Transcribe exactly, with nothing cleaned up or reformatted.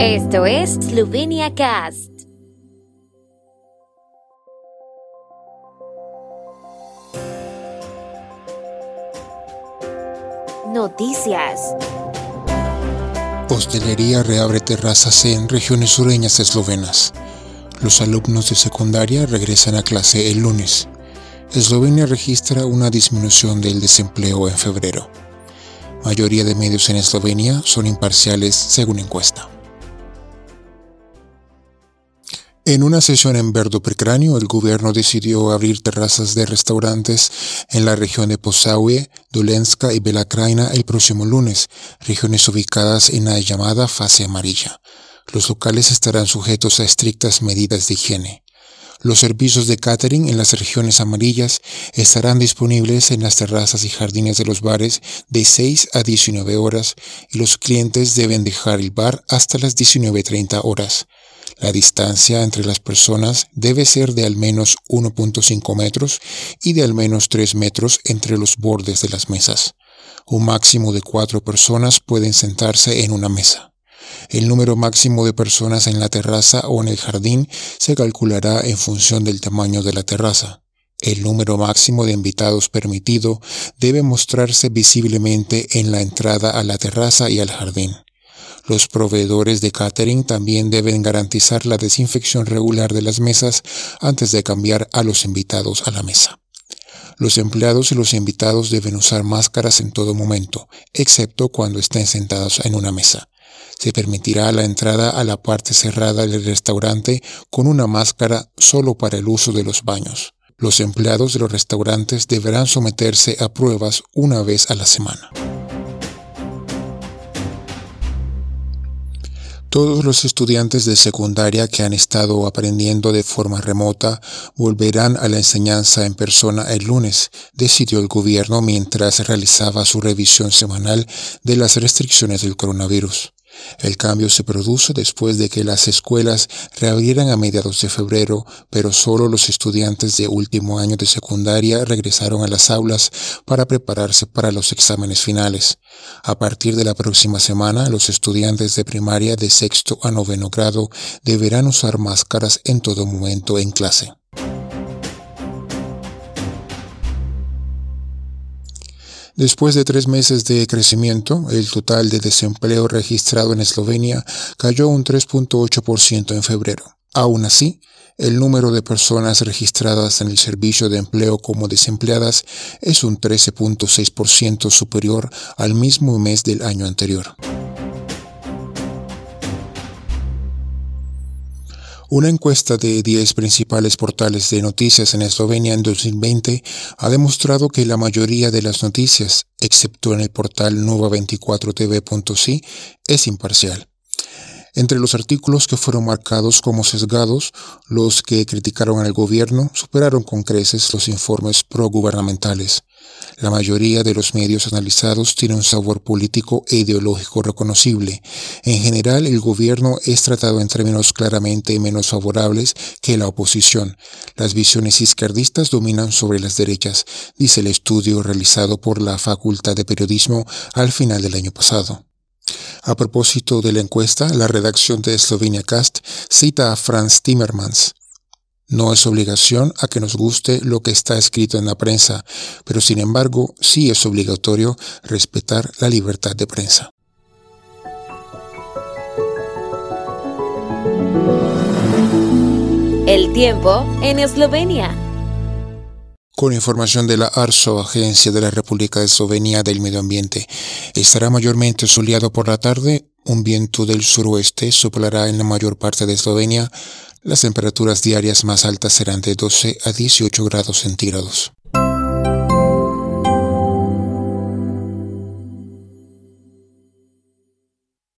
Esto es Slovenia Cast. Noticias. Hostelería reabre terrazas en regiones sureñas eslovenas. Los alumnos de secundaria regresan a clase el lunes. Eslovenia registra una disminución del desempleo en febrero. Mayoría de medios en Eslovenia son imparciales según encuesta. En una sesión en Brdo pri Kranju, el gobierno decidió abrir terrazas de restaurantes en la región de Posavje, Dolenjska y Bela Krajina el próximo lunes, regiones ubicadas en la llamada fase amarilla. Los locales estarán sujetos a estrictas medidas de higiene. Los servicios de catering en las regiones amarillas estarán disponibles en las terrazas y jardines de los bares de seis a diecinueve horas y los clientes deben dejar el bar hasta las diecinueve treinta horas. La distancia entre las personas debe ser de al menos uno punto cinco metros y de al menos tres metros entre los bordes de las mesas. Un máximo de cuatro personas pueden sentarse en una mesa. El número máximo de personas en la terraza o en el jardín se calculará en función del tamaño de la terraza. El número máximo de invitados permitido debe mostrarse visiblemente en la entrada a la terraza y al jardín. Los proveedores de catering también deben garantizar la desinfección regular de las mesas antes de cambiar a los invitados a la mesa. Los empleados y los invitados deben usar máscaras en todo momento, excepto cuando estén sentados en una mesa. Se permitirá la entrada a la parte cerrada del restaurante con una máscara solo para el uso de los baños. Los empleados de los restaurantes deberán someterse a pruebas una vez a la semana. Todos los estudiantes de secundaria que han estado aprendiendo de forma remota volverán a la enseñanza en persona el lunes, decidió el gobierno mientras realizaba su revisión semanal de las restricciones del coronavirus. El cambio se produce después de que las escuelas reabrieran a mediados de febrero, pero solo los estudiantes de último año de secundaria regresaron a las aulas para prepararse para los exámenes finales. A partir de la próxima semana, los estudiantes de primaria de sexto a noveno grado deberán usar máscaras en todo momento en clase. Después de tres meses de crecimiento, el total de desempleo registrado en Eslovenia cayó un tres punto ocho por ciento en febrero. Aún así, el número de personas registradas en el servicio de empleo como desempleadas es un trece punto seis por ciento superior al mismo mes del año anterior. Una encuesta de diez principales portales de noticias en Eslovenia en dos mil veinte ha demostrado que la mayoría de las noticias, excepto en el portal nova veinticuatro t v punto si, es imparcial. Entre los artículos que fueron marcados como sesgados, los que criticaron al gobierno superaron con creces los informes progubernamentales. La mayoría de los medios analizados tiene un sabor político e ideológico reconocible. En general, el gobierno es tratado en términos claramente menos favorables que la oposición. Las visiones izquierdistas dominan sobre las derechas, dice el estudio realizado por la Facultad de Periodismo al final del año pasado. A propósito de la encuesta, la redacción de Slovenia Cast cita a Franz Timmermans. No es obligación a que nos guste lo que está escrito en la prensa, pero sin embargo sí es obligatorio respetar la libertad de prensa. El tiempo en Eslovenia. Con información de la ARSO, Agencia de la República de Eslovenia del Medio Ambiente, estará mayormente soleado por la tarde, un viento del suroeste soplará en la mayor parte de Eslovenia, las temperaturas diarias más altas serán de doce a dieciocho grados centígrados.